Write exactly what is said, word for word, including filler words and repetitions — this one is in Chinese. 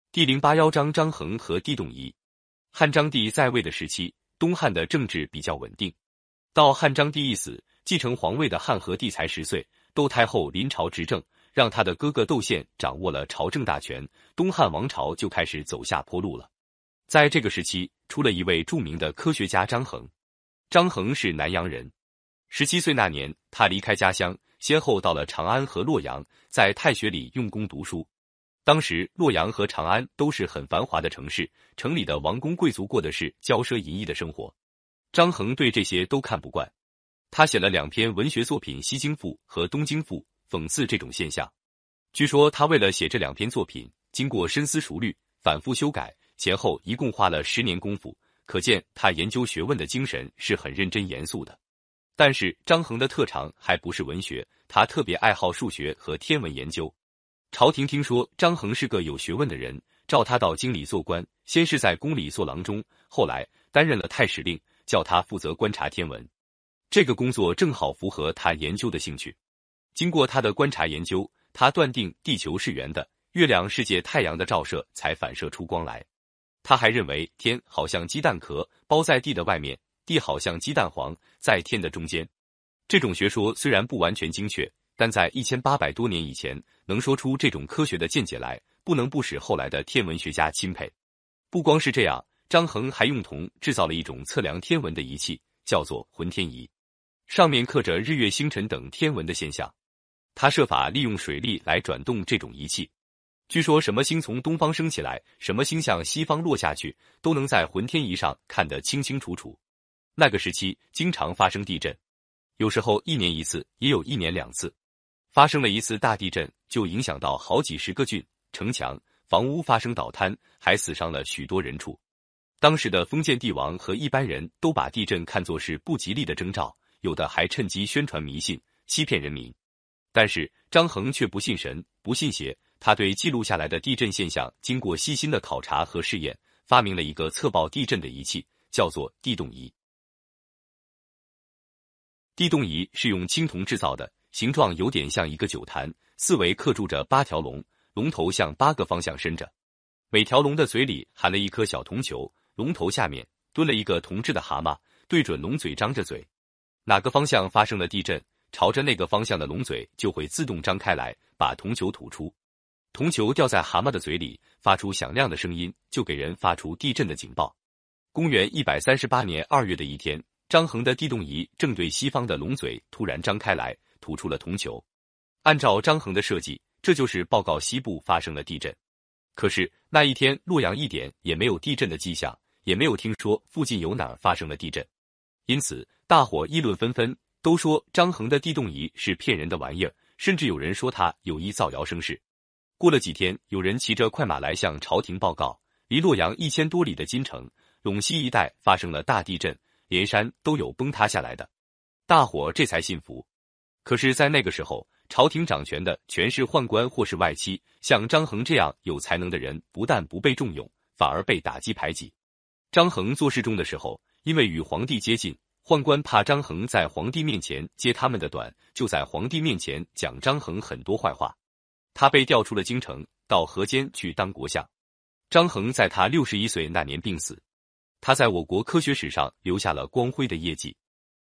第零八幺章张衡和地动仪。汉章帝在位的时期，东汉的政治比较稳定。到汉章帝一死，继承皇位的汉和帝才十岁，窦太后临朝执政，让他的哥哥窦宪掌握了朝政大权，东汉王朝就开始走下坡路了。在这个时期，出了一位著名的科学家张衡。张衡是南阳人，十七岁那年，他离开家乡，先后到了长安和洛阳，在太学里用功读书。当时洛阳和长安都是很繁华的城市，城里的王公贵族过的是骄奢淫逸的生活。张衡对这些都看不惯，他写了两篇文学作品《西京赋》和《东京赋》，讽刺这种现象。据说他为了写这两篇作品，经过深思熟虑，反复修改，前后一共花了十年功夫，可见他研究学问的精神是很认真严肃的。但是张衡的特长还不是文学，他特别爱好数学和天文研究。朝廷听说张衡是个有学问的人，召他到京里做官，先是在宫里做郎中，后来担任了太史令，叫他负责观察天文。这个工作正好符合他研究的兴趣。经过他的观察研究，他断定地球是圆的，月亮是借太阳的照射才反射出光来。他还认为天好像鸡蛋壳，包在地的外面，地好像鸡蛋黄，在天的中间。这种学说虽然不完全精确，但在一千八百多年以前能说出这种科学的见解来，不能不使后来的天文学家钦佩。不光是这样，张衡还用铜制造了一种测量天文的仪器，叫做浑天仪，上面刻着日月星辰等天文的现象。他设法利用水力来转动这种仪器，据说什么星从东方升起来，什么星向西方落下去，都能在浑天仪上看得清清楚楚。那个时期经常发生地震，有时候一年一次，也有一年两次。发生了一次大地震，就影响到好几十个郡、城墙、房屋发生倒塌，还死伤了许多人畜。当时的封建帝王和一般人都把地震看作是不吉利的征兆，有的还趁机宣传迷信，欺骗人民。但是张衡却不信神，不信邪，他对记录下来的地震现象经过细心的考察和试验，发明了一个测报地震的仪器，叫做地动仪。地动仪是用青铜制造的，形状有点像一个酒坛，四围刻铸着八条龙，龙头向八个方向伸着，每条龙的嘴里含了一颗小铜球，龙头下面蹲了一个铜制的蛤蟆，对准龙嘴张着嘴，哪个方向发生了地震，朝着那个方向的龙嘴就会自动张开来，把铜球吐出。铜球掉在蛤蟆的嘴里，发出响亮的声音，就给人发出地震的警报。公元一百三十八年二月的一天，张衡的地动仪正对西方的龙嘴突然张开来，吐出了铜球。按照张衡的设计，这就是报告西部发生了地震。可是那一天洛阳一点也没有地震的迹象，也没有听说附近有哪儿发生了地震，因此大伙议论纷纷，都说张衡的地动仪是骗人的玩意儿，甚至有人说他有意造谣生事。过了几天，有人骑着快马来向朝廷报告，离洛阳一千多里的金城、陇西一带发生了大地震，连山都有崩塌下来的。大伙这才信服。可是在那个时候，朝廷掌权的全是宦官或是外戚，像张衡这样有才能的人不但不被重用，反而被打击排挤。张衡做事中的时候，因为与皇帝接近，宦官怕张衡在皇帝面前揭他们的短，就在皇帝面前讲张衡很多坏话。他被调出了京城，到河间去当国相。张衡在他六十一岁那年病死。他在我国科学史上留下了光辉的业绩。